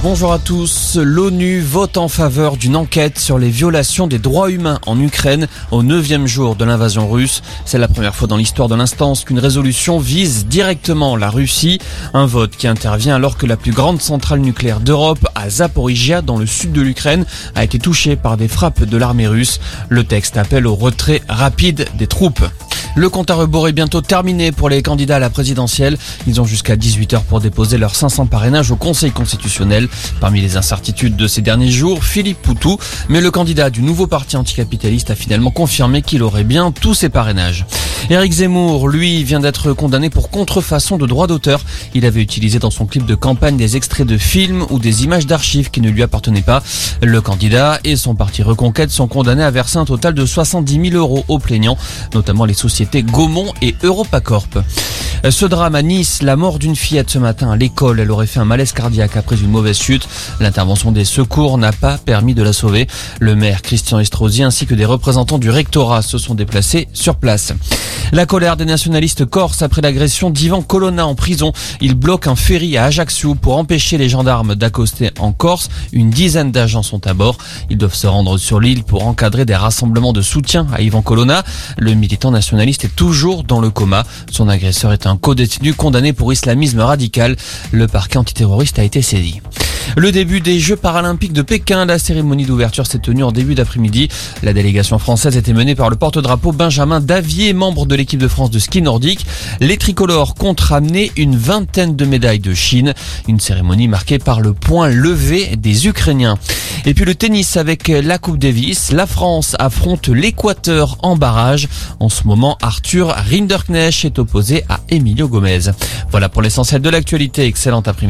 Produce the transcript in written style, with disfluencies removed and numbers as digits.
Bonjour à tous. L'ONU vote en faveur d'une enquête sur les violations des droits humains en Ukraine au 9e jour de l'invasion russe. C'est la première fois dans l'histoire de l'instance qu'une résolution vise directement la Russie. Un vote qui intervient alors que la plus grande centrale nucléaire d'Europe, à Zaporijia, dans le sud de l'Ukraine, a été touchée par des frappes de l'armée russe. Le texte appelle au retrait rapide des troupes. Le compte à rebours est bientôt terminé pour les candidats à la présidentielle. Ils ont jusqu'à 18h pour déposer leurs 500 parrainages au Conseil constitutionnel. Parmi les incertitudes de ces derniers jours, Philippe Poutou. Mais le candidat du nouveau parti anticapitaliste a finalement confirmé qu'il aurait bien tous ses parrainages. Éric Zemmour, lui, vient d'être condamné pour contrefaçon de droits d'auteur. Il avait utilisé dans son clip de campagne des extraits de films ou des images d'archives qui ne lui appartenaient pas. Le candidat et son parti Reconquête sont condamnés à verser un total de 70 000 € aux plaignants, notamment les sociétés Gaumont et Europacorp. Ce drame à Nice, la mort d'une fillette ce matin à l'école. Elle aurait fait un malaise cardiaque après une mauvaise chute. L'intervention des secours n'a pas permis de la sauver. Le maire Christian Estrosi ainsi que des représentants du rectorat se sont déplacés sur place. La colère des nationalistes corses après l'agression d'Ivan Colonna en prison. Il bloque un ferry à Ajaccio pour empêcher les gendarmes d'accoster en Corse. Une dizaine d'agents sont à bord. Ils doivent se rendre sur l'île pour encadrer des rassemblements de soutien à Ivan Colonna. Le militant nationaliste est toujours dans le coma. Son agresseur est un co-détenu condamné pour islamisme radical. Le parquet antiterroriste a été saisi. Le début des Jeux paralympiques de Pékin, la cérémonie d'ouverture s'est tenue en début d'après-midi. La délégation française était menée par le porte-drapeau Benjamin Davier, membre de l'équipe de France de ski nordique. Les tricolores comptent ramener une vingtaine de médailles de Chine. Une cérémonie marquée par le point levé des Ukrainiens. Et puis le tennis avec la Coupe Davis. La France affronte l'Équateur en barrage. En ce moment, Arthur Rinderknecht est opposé à Emilio Gomez. Voilà pour l'essentiel de l'actualité. Excellent après-midi.